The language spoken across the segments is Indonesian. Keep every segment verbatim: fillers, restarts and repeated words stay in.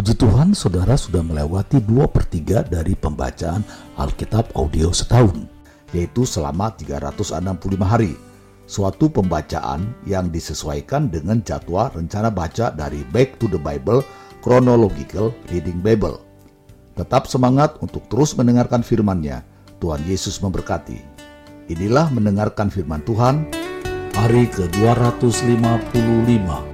Puji Tuhan, saudara sudah melewati dua per tiga dari pembacaan Alkitab audio setahun, yaitu selama tiga ratus enam puluh lima hari. Suatu pembacaan yang disesuaikan dengan jadwal rencana baca dari Back to the Bible Chronological Reading Bible. Tetap semangat untuk terus mendengarkan firman-Nya. Tuhan Yesus memberkati. Inilah mendengarkan firman Tuhan, hari ke dua ratus lima puluh lima.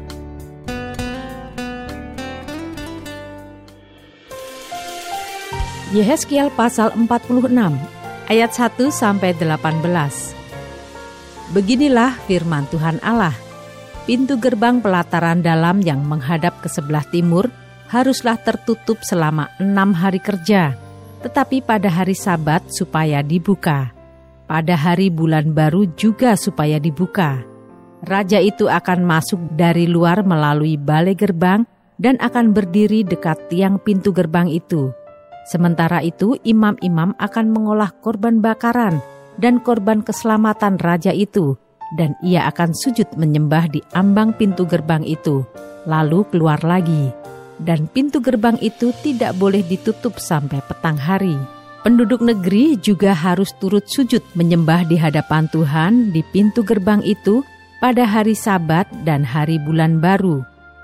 Yehezkiel pasal empat puluh enam, ayat satu sampai delapan belas. Beginilah firman Tuhan Allah. Pintu gerbang pelataran dalam yang menghadap ke sebelah timur haruslah tertutup selama enam hari kerja, tetapi pada hari Sabat supaya dibuka. Pada hari bulan baru juga supaya dibuka. Raja itu akan masuk dari luar melalui balai gerbang dan akan berdiri dekat tiang pintu gerbang itu. Sementara itu, imam-imam akan mengolah korban bakaran dan korban keselamatan raja itu, dan ia akan sujud menyembah di ambang pintu gerbang itu, lalu keluar lagi. Dan pintu gerbang itu tidak boleh ditutup sampai petang hari. Penduduk negeri juga harus turut sujud menyembah di hadapan Tuhan di pintu gerbang itu pada hari Sabat dan hari bulan baru.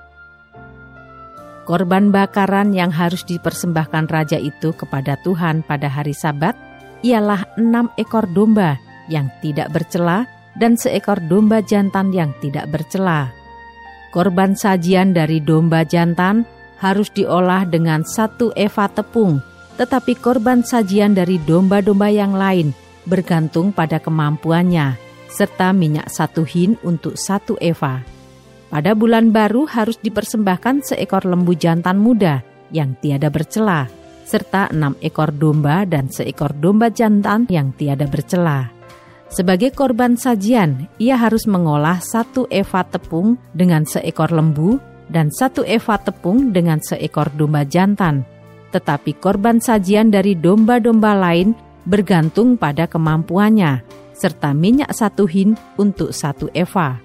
Korban bakaran yang harus dipersembahkan raja itu kepada Tuhan pada hari Sabat ialah enam ekor domba yang tidak bercela dan seekor domba jantan yang tidak bercela. Korban sajian dari domba jantan harus diolah dengan satu eva tepung, tetapi korban sajian dari domba-domba yang lain bergantung pada kemampuannya, serta minyak satu hin untuk satu eva. Pada bulan baru harus dipersembahkan seekor lembu jantan muda yang tiada bercela, serta enam ekor domba dan seekor domba jantan yang tiada bercela. Sebagai korban sajian, ia harus mengolah satu eva tepung dengan seekor lembu dan satu eva tepung dengan seekor domba jantan. Tetapi korban sajian dari domba-domba lain bergantung pada kemampuannya, serta minyak satu hin untuk satu eva.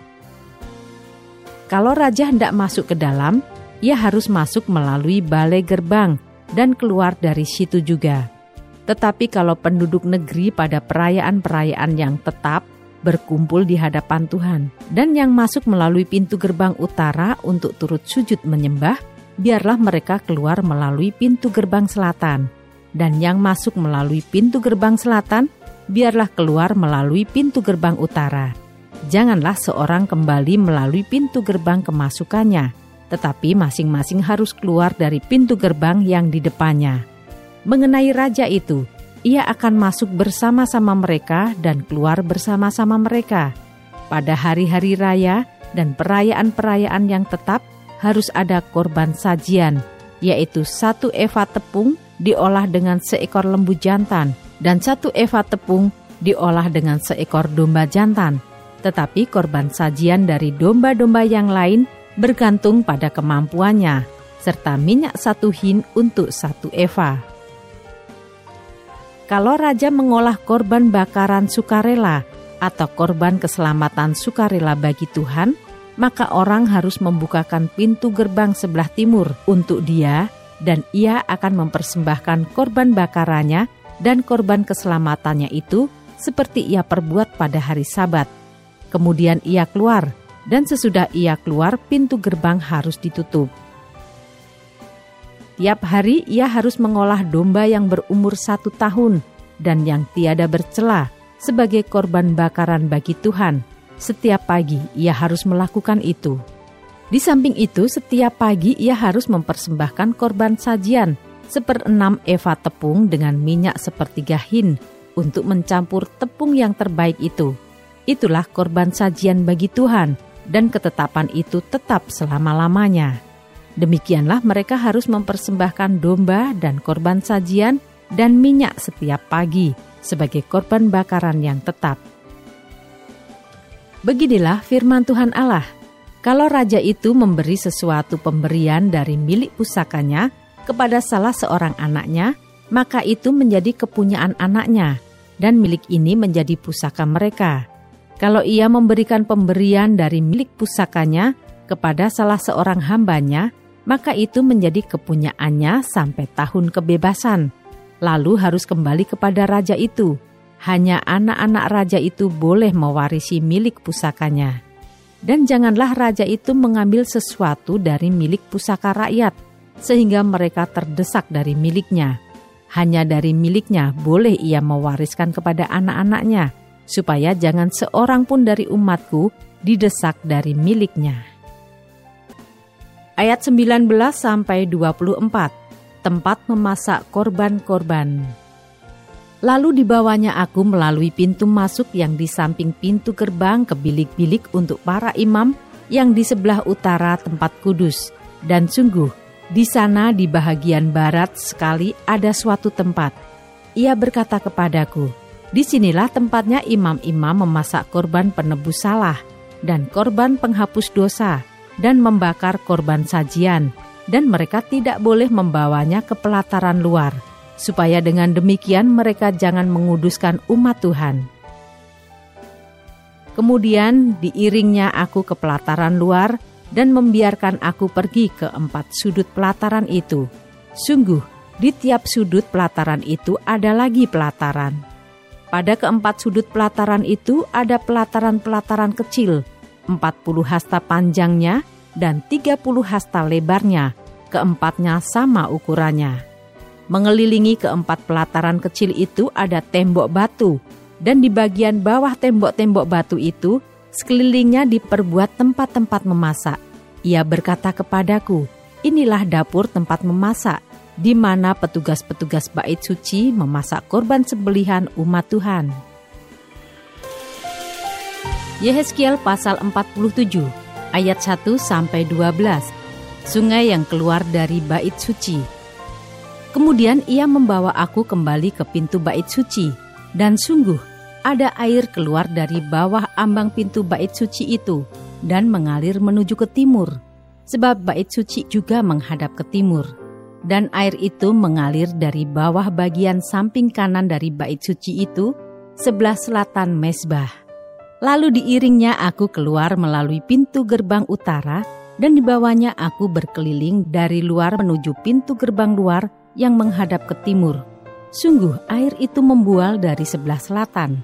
Kalau raja hendak masuk ke dalam, ia harus masuk melalui balai gerbang dan keluar dari situ juga. Tetapi kalau penduduk negeri pada perayaan-perayaan yang tetap berkumpul di hadapan Tuhan, dan yang masuk melalui pintu gerbang utara untuk turut sujud menyembah, biarlah mereka keluar melalui pintu gerbang selatan. Dan yang masuk melalui pintu gerbang selatan, biarlah keluar melalui pintu gerbang utara. Janganlah seorang kembali melalui pintu gerbang kemasukannya, tetapi masing-masing harus keluar dari pintu gerbang yang di depannya. Mengenai raja itu, ia akan masuk bersama-sama mereka dan keluar bersama-sama mereka. Pada hari-hari raya dan perayaan-perayaan yang tetap harus ada korban sajian, yaitu satu eva tepung diolah dengan seekor lembu jantan dan satu eva tepung diolah dengan seekor domba jantan. Tetapi korban sajian dari domba-domba yang lain bergantung pada kemampuannya, serta minyak satu hin untuk satu eva. Kalau raja mengolah korban bakaran sukarela atau korban keselamatan sukarela bagi Tuhan, maka orang harus membukakan pintu gerbang sebelah timur untuk dia, dan ia akan mempersembahkan korban bakarannya dan korban keselamatannya itu seperti ia perbuat pada hari Sabat. Kemudian ia keluar, dan sesudah ia keluar pintu gerbang harus ditutup. Tiap hari ia harus mengolah domba yang berumur satu tahun dan yang tiada bercela sebagai korban bakaran bagi Tuhan. Setiap pagi ia harus melakukan itu. Di samping itu, setiap pagi ia harus mempersembahkan korban sajian seperenam eva tepung dengan minyak sepertiga hin untuk mencampur tepung yang terbaik itu. Itulah korban sajian bagi Tuhan, dan ketetapan itu tetap selama-lamanya. Demikianlah mereka harus mempersembahkan domba dan korban sajian dan minyak setiap pagi sebagai korban bakaran yang tetap. Beginilah firman Tuhan Allah. Kalau raja itu memberi sesuatu pemberian dari milik pusakanya kepada salah seorang anaknya, maka itu menjadi kepunyaan anaknya, dan milik ini menjadi pusaka mereka. Kalau ia memberikan pemberian dari milik pusakanya kepada salah seorang hambanya, maka itu menjadi kepunyaannya sampai tahun kebebasan. Lalu harus kembali kepada raja itu. Hanya anak-anak raja itu boleh mewarisi milik pusakanya. Dan janganlah raja itu mengambil sesuatu dari milik pusaka rakyat, sehingga mereka terdesak dari miliknya. Hanya dari miliknya boleh ia mewariskan kepada anak-anaknya, supaya jangan seorang pun dari umatku didesak dari miliknya. Ayat sembilan belas sampai dua puluh empat. Tempat memasak korban-korban. Lalu dibawanya aku melalui pintu masuk yang di samping pintu gerbang ke bilik-bilik untuk para imam yang di sebelah utara tempat kudus. Dan sungguh, di sana di bahagian barat sekali ada suatu tempat. Ia berkata kepadaku, disinilah tempatnya imam-imam memasak korban penebus salah, dan korban penghapus dosa, dan membakar korban sajian, dan mereka tidak boleh membawanya ke pelataran luar, supaya dengan demikian mereka jangan menguduskan umat Tuhan. Kemudian diiringnya aku ke pelataran luar dan membiarkan aku pergi ke empat sudut pelataran itu. Sungguh, di tiap sudut pelataran itu ada lagi pelataran. Pada keempat sudut pelataran itu ada pelataran-pelataran kecil, empat puluh hasta panjangnya, dan tiga puluh hasta lebarnya, keempatnya sama ukurannya. Mengelilingi keempat pelataran kecil itu ada tembok batu, dan di bagian bawah tembok-tembok batu itu, sekelilingnya diperbuat tempat-tempat memasak. Ia berkata kepadaku, inilah dapur tempat memasak, di mana petugas-petugas bait suci memasak korban sembelihan umat Tuhan. Yehezkiel pasal empat puluh tujuh. Ayat satu sampai dua belas, sungai yang keluar dari bait suci. Kemudian ia membawa aku kembali ke pintu bait suci, dan sungguh ada air keluar dari bawah ambang pintu bait suci itu, dan mengalir menuju ke timur, sebab bait suci juga menghadap ke timur. Dan air itu mengalir dari bawah bagian samping kanan dari bait suci itu, sebelah selatan mezbah. Lalu diiringnya aku keluar melalui pintu gerbang utara, dan dibawanya aku berkeliling dari luar menuju pintu gerbang luar yang menghadap ke timur. Sungguh air itu membual dari sebelah selatan.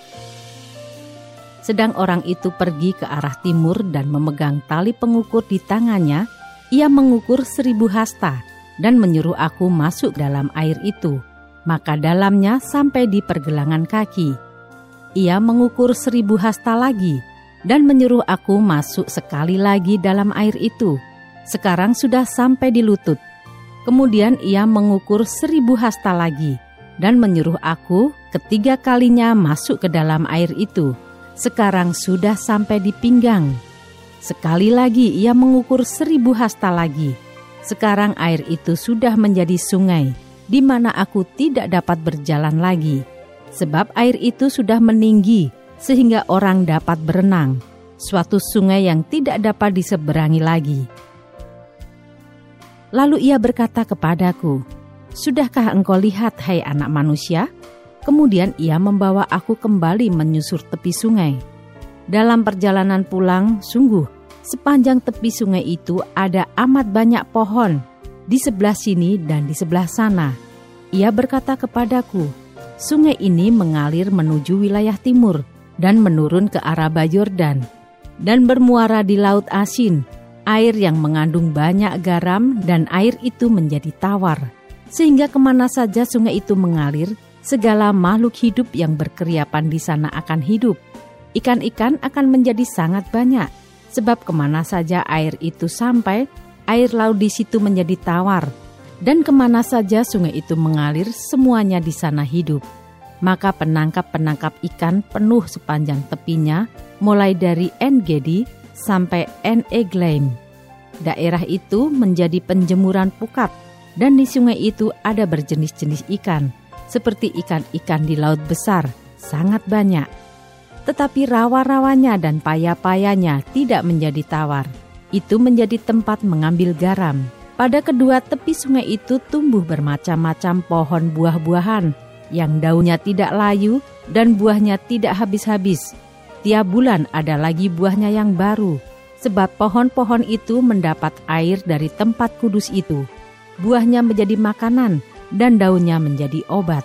Sedang orang itu pergi ke arah timur dan memegang tali pengukur di tangannya, ia mengukur seribu hasta dan menyuruh aku masuk dalam air itu, maka dalamnya sampai di pergelangan kaki. Ia mengukur seribu hasta lagi dan menyuruh aku masuk sekali lagi dalam air itu. Sekarang sudah sampai di lutut. Kemudian ia mengukur seribu hasta lagi dan menyuruh aku ketiga kalinya masuk ke dalam air itu. Sekarang sudah sampai di pinggang. Sekali lagi ia mengukur seribu hasta lagi. Sekarang air itu sudah menjadi sungai, di mana aku tidak dapat berjalan lagi. Sebab air itu sudah meninggi, sehingga orang dapat berenang. Suatu sungai yang tidak dapat diseberangi lagi. Lalu ia berkata kepadaku, sudahkah engkau lihat, hai anak manusia? Kemudian ia membawa aku kembali menyusur tepi sungai. Dalam perjalanan pulang, sungguh, sepanjang tepi sungai itu ada amat banyak pohon, di sebelah sini dan di sebelah sana. Ia berkata kepadaku, sungai ini mengalir menuju wilayah timur dan menurun ke Araba Yordan dan bermuara di Laut Asin, air yang mengandung banyak garam, dan air itu menjadi tawar. Sehingga kemana saja sungai itu mengalir, segala makhluk hidup yang berkeriapan di sana akan hidup. Ikan-ikan akan menjadi sangat banyak, sebab kemana saja air itu sampai, air laut di situ menjadi tawar. Dan kemana saja sungai itu mengalir, semuanya di sana hidup. Maka penangkap-penangkap ikan penuh sepanjang tepinya, mulai dari En-Gedi sampai En-Eglaim. Daerah itu menjadi penjemuran pukat, dan di sungai itu ada berjenis-jenis ikan, seperti ikan-ikan di laut besar, sangat banyak. Tetapi rawa-rawanya dan paya-payanya tidak menjadi tawar. Itu menjadi tempat mengambil garam. Pada kedua tepi sungai itu tumbuh bermacam-macam pohon buah-buahan, yang daunnya tidak layu dan buahnya tidak habis-habis. Tiap bulan ada lagi buahnya yang baru. sebab pohon-pohon itu mendapat air dari tempat kudus itu. Buahnya menjadi makanan dan daunnya menjadi obat.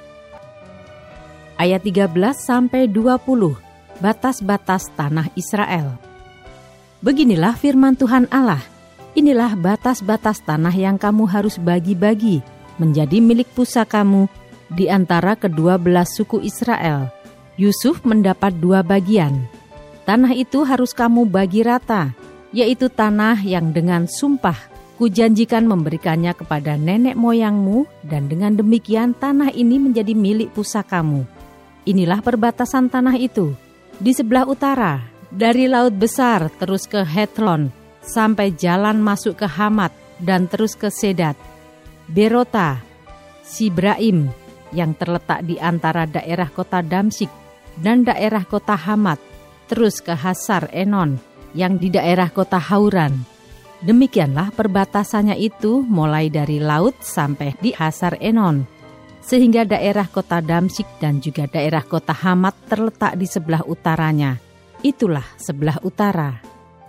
Ayat tiga belas sampai dua puluh, batas-batas tanah Israel. Beginilah firman Tuhan Allah, inilah batas-batas tanah yang kamu harus bagi-bagi menjadi milik pusakamu di antara kedua belas suku Israel. Yusuf mendapat dua bagian. Tanah itu harus kamu bagi rata, yaitu tanah yang dengan sumpah kujanjikan memberikannya kepada nenek moyangmu, dan dengan demikian tanah ini menjadi milik pusakamu. Inilah perbatasan tanah itu. Di sebelah utara, dari Laut Besar terus ke Hetlon, sampai jalan masuk ke Hamat dan terus ke Sedat, Berota, Sibraim, yang terletak di antara daerah kota Damsyik dan daerah kota Hamat, terus ke Hasar Enon, yang di daerah kota Hauran. Demikianlah perbatasannya itu mulai dari laut sampai di Hasar Enon, sehingga daerah kota Damsyik dan juga daerah kota Hamat terletak di sebelah utaranya. Itulah sebelah utara.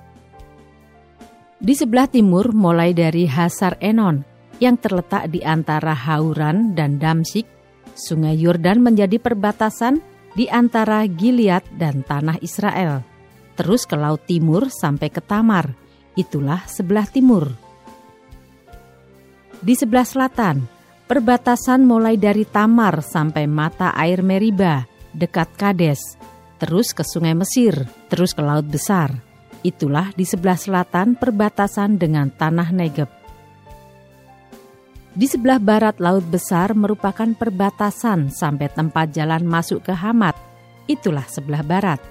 Di sebelah timur mulai dari Hasar Enon, yang terletak di antara Hauran dan Damsyik, Sungai Yordan menjadi perbatasan di antara Gilead dan tanah Israel, terus ke laut timur sampai ke Tamar. Itulah sebelah timur. Di sebelah selatan, perbatasan mulai dari Tamar sampai mata air Meriba, dekat Kades, terus ke Sungai Mesir, terus ke Laut Besar. Itulah di sebelah selatan perbatasan dengan tanah Negeb. Di sebelah barat Laut Besar merupakan perbatasan sampai tempat jalan masuk ke Hamat. Itulah sebelah barat.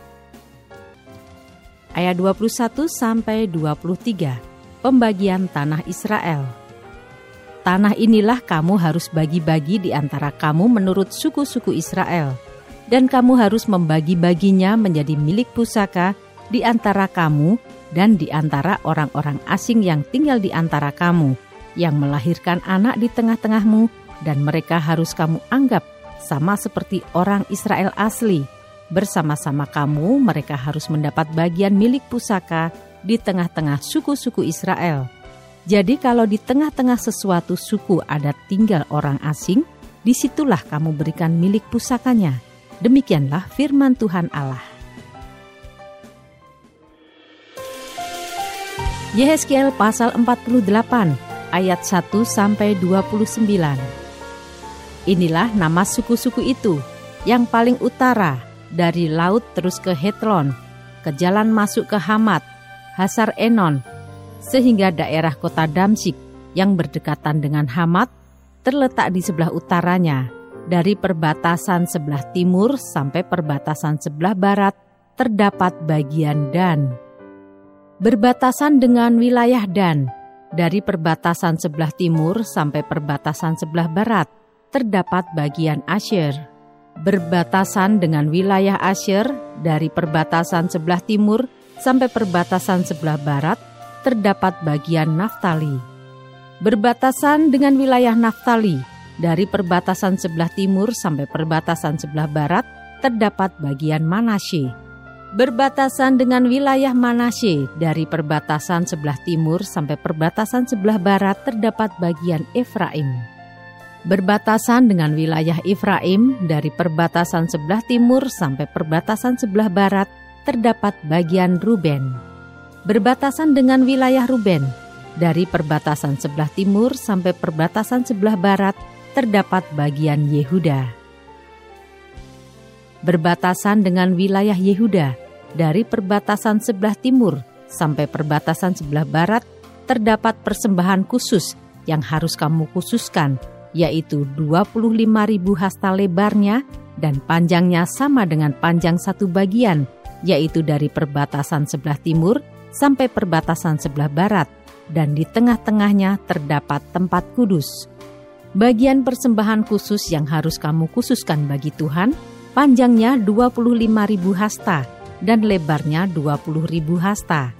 Ayat dua puluh satu sampai dua puluh tiga, pembagian tanah Israel. Tanah inilah kamu harus bagi-bagi di antara kamu menurut suku-suku Israel, dan kamu harus membagi-baginya menjadi milik pusaka di antara kamu dan di antara orang-orang asing yang tinggal di antara kamu, yang melahirkan anak di tengah-tengahmu, dan mereka harus kamu anggap sama seperti orang Israel asli. Bersama-sama kamu, mereka harus mendapat bagian milik pusaka di tengah-tengah suku-suku Israel. Jadi kalau di tengah-tengah sesuatu suku ada tinggal orang asing, disitulah kamu berikan milik pusakanya. Demikianlah firman Tuhan Allah. Yehezkiel pasal empat puluh delapan, ayat satu sampai dua puluh sembilan. Inilah nama suku-suku itu, yang paling utara, dari laut terus ke Hetlon, ke jalan masuk ke Hamat, Hasar Enon, sehingga daerah kota Damsyik yang berdekatan dengan Hamat terletak di sebelah utaranya. Dari perbatasan sebelah timur sampai perbatasan sebelah barat terdapat bagian Dan. Berbatasan dengan wilayah Dan, dari perbatasan sebelah timur sampai perbatasan sebelah barat terdapat bagian Asyer. Berbatasan dengan wilayah Asyer, dari perbatasan sebelah timur sampai perbatasan sebelah barat terdapat bagian Naftali. Berbatasan dengan wilayah Naftali, dari perbatasan sebelah timur sampai perbatasan sebelah barat terdapat bagian Manasye. Berbatasan dengan wilayah Manasye, dari perbatasan sebelah timur sampai perbatasan sebelah barat terdapat bagian Efraim. Berbatasan dengan wilayah Efraim, dari perbatasan sebelah timur sampai perbatasan sebelah barat terdapat bagian Ruben. Berbatasan dengan wilayah Ruben, dari perbatasan sebelah timur sampai perbatasan sebelah barat terdapat bagian Yehuda. Berbatasan dengan wilayah Yehuda, dari perbatasan sebelah timur sampai perbatasan sebelah barat terdapat persembahan khusus yang harus kamu khususkan, yaitu dua puluh lima ribu hasta lebarnya dan panjangnya sama dengan panjang satu bagian, yaitu dari perbatasan sebelah timur sampai perbatasan sebelah barat, dan di tengah-tengahnya terdapat tempat kudus. Bagian persembahan khusus yang harus kamu khususkan bagi Tuhan, panjangnya dua puluh lima ribu hasta dan lebarnya dua puluh ribu hasta.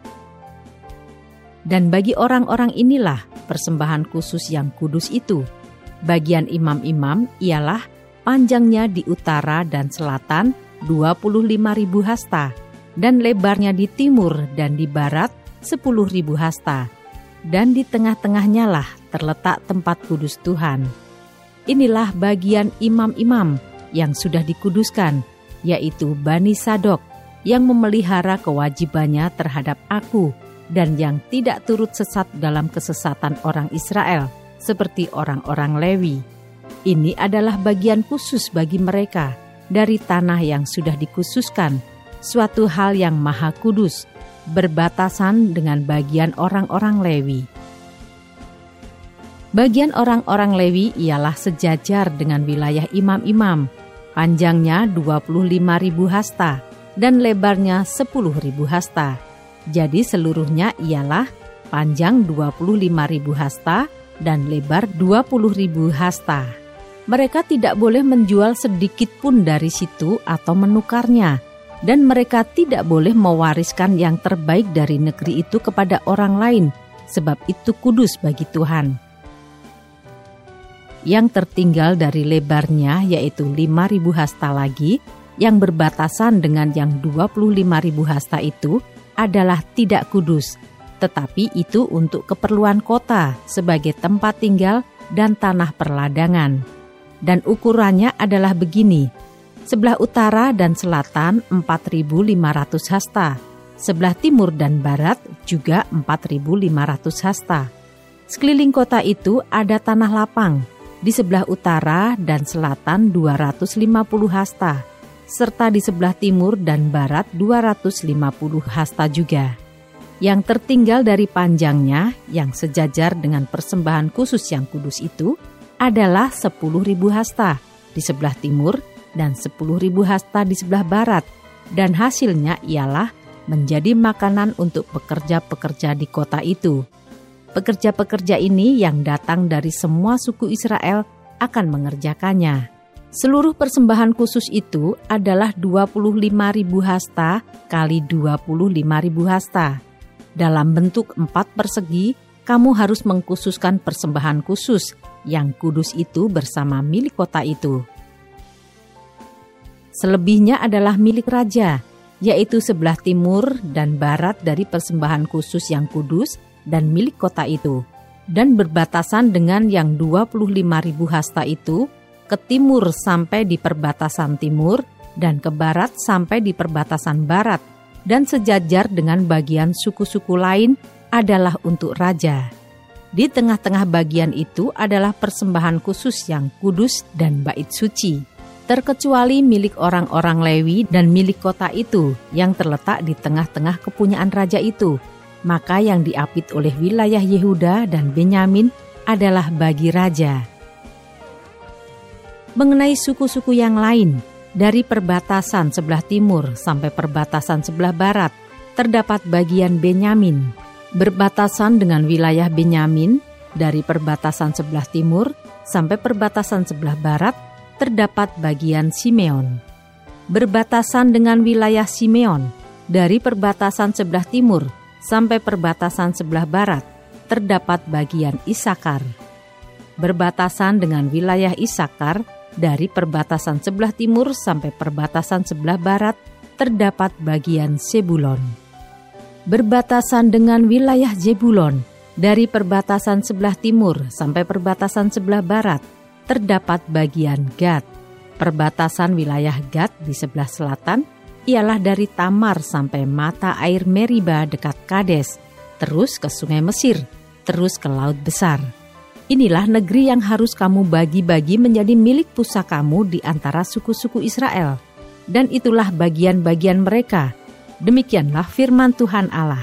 Dan bagi orang-orang inilah persembahan khusus yang kudus itu. Bagian imam-imam ialah panjangnya di utara dan selatan dua puluh lima ribu hasta, dan lebarnya di timur dan di barat sepuluh ribu hasta. Dan di tengah-tengahnya lah terletak tempat kudus Tuhan. Inilah bagian imam-imam yang sudah dikuduskan, yaitu Bani Sadok, yang memelihara kewajibannya terhadap aku dan yang tidak turut sesat dalam kesesatan orang Israel, seperti orang-orang Lewi. Ini adalah bagian khusus bagi mereka dari tanah yang sudah dikhususkan, suatu hal yang maha kudus, berbatasan dengan bagian orang-orang Lewi. Bagian orang-orang Lewi ialah sejajar dengan wilayah imam-imam, panjangnya dua puluh lima ribu hasta dan lebarnya sepuluh ribu hasta. Jadi seluruhnya ialah panjang dua puluh lima ribu hasta dan lebar dua puluh ribu hasta. Mereka tidak boleh menjual sedikit pun dari situ atau menukarnya, dan mereka tidak boleh mewariskan yang terbaik dari negeri itu kepada orang lain, sebab itu kudus bagi Tuhan. Yang tertinggal dari lebarnya yaitu lima ribu hasta lagi, yang berbatasan dengan yang dua puluh lima ribu hasta itu adalah tidak kudus, tetapi itu untuk keperluan kota sebagai tempat tinggal dan tanah perladangan. Dan ukurannya adalah begini: sebelah utara dan selatan empat ribu lima ratus hasta, sebelah timur dan barat juga empat ribu lima ratus hasta. Sekeliling kota itu ada tanah lapang, di sebelah utara dan selatan dua ratus lima puluh hasta, serta di sebelah timur dan barat dua ratus lima puluh hasta juga. Yang tertinggal dari panjangnya yang sejajar dengan persembahan khusus yang kudus itu adalah sepuluh ribu hasta di sebelah timur dan sepuluh ribu hasta di sebelah barat, dan hasilnya ialah menjadi makanan untuk pekerja-pekerja di kota itu. Pekerja-pekerja ini yang datang dari semua suku Israel akan mengerjakannya. Seluruh persembahan khusus itu adalah dua puluh lima ribu hasta kali dua puluh lima ribu hasta. Dalam bentuk empat persegi, kamu harus mengkhususkan persembahan khusus yang kudus itu bersama milik kota itu. Selebihnya adalah milik raja, yaitu sebelah timur dan barat dari persembahan khusus yang kudus dan milik kota itu, dan berbatasan dengan yang dua puluh lima ribu hasta itu, ke timur sampai di perbatasan timur, dan ke barat sampai di perbatasan barat, dan sejajar dengan bagian suku-suku lain adalah untuk raja. Di tengah-tengah bagian itu adalah persembahan khusus yang kudus dan bait suci, terkecuali milik orang-orang Lewi dan milik kota itu yang terletak di tengah-tengah kepunyaan raja itu. Maka yang diapit oleh wilayah Yehuda dan Benyamin adalah bagi raja. Mengenai suku-suku yang lain, dari perbatasan sebelah timur sampai perbatasan sebelah barat, terdapat bagian Benyamin. Berbatasan dengan wilayah Benyamin, dari perbatasan sebelah timur sampai perbatasan sebelah barat, terdapat bagian Simeon. Berbatasan dengan wilayah Simeon, dari perbatasan sebelah timur sampai perbatasan sebelah barat, terdapat bagian Isakar. Berbatasan dengan wilayah Isakar, dari perbatasan sebelah timur sampai perbatasan sebelah barat, terdapat bagian Zebulon. Berbatasan dengan wilayah Zebulon, dari perbatasan sebelah timur sampai perbatasan sebelah barat, terdapat bagian Gad. Perbatasan wilayah Gad di sebelah selatan ialah dari Tamar sampai mata air Meriba dekat Kades, terus ke sungai Mesir, terus ke Laut Besar. Inilah negeri yang harus kamu bagi-bagi menjadi milik pusakamu di antara suku-suku Israel. Dan itulah bagian-bagian mereka. Demikianlah firman Tuhan Allah.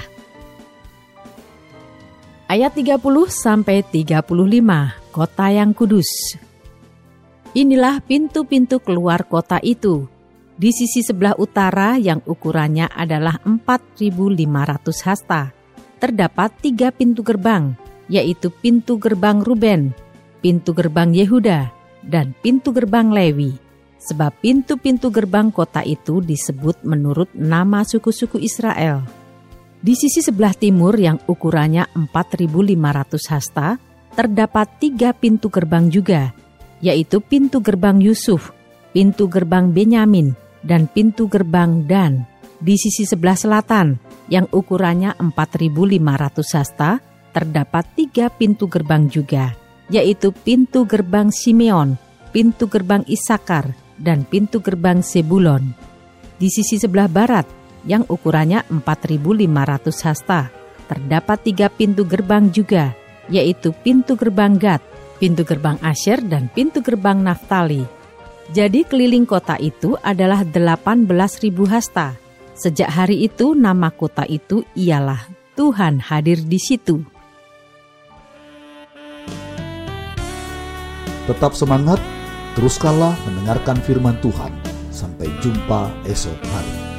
Ayat tiga puluh sampai tiga puluh lima, kota yang kudus. Inilah pintu-pintu keluar kota itu. Di sisi sebelah utara yang ukurannya adalah empat ribu lima ratus hasta, terdapat tiga pintu gerbang, yaitu pintu gerbang Ruben, pintu gerbang Yehuda, dan pintu gerbang Lewi. Sebab pintu-pintu gerbang kota itu disebut menurut nama suku-suku Israel. Di sisi sebelah timur yang ukurannya empat ribu lima ratus hasta, terdapat tiga pintu gerbang juga, yaitu pintu gerbang Yusuf, pintu gerbang Benyamin, dan pintu gerbang Dan. Di sisi sebelah selatan, yang ukurannya empat ribu lima ratus hasta, terdapat tiga pintu gerbang juga, yaitu pintu gerbang Simeon, pintu gerbang Isakar, dan pintu gerbang Zebulon. Di sisi sebelah barat, yang ukurannya empat ribu lima ratus hasta, terdapat tiga pintu gerbang juga, yaitu pintu gerbang Gad, pintu gerbang Asyer, dan pintu gerbang Naftali. Jadi keliling kota itu adalah delapan belas ribu hasta. Sejak hari itu nama kota itu ialah Tuhan hadir di situ. Tetap semangat, teruskanlah mendengarkan firman Tuhan. Sampai jumpa esok hari.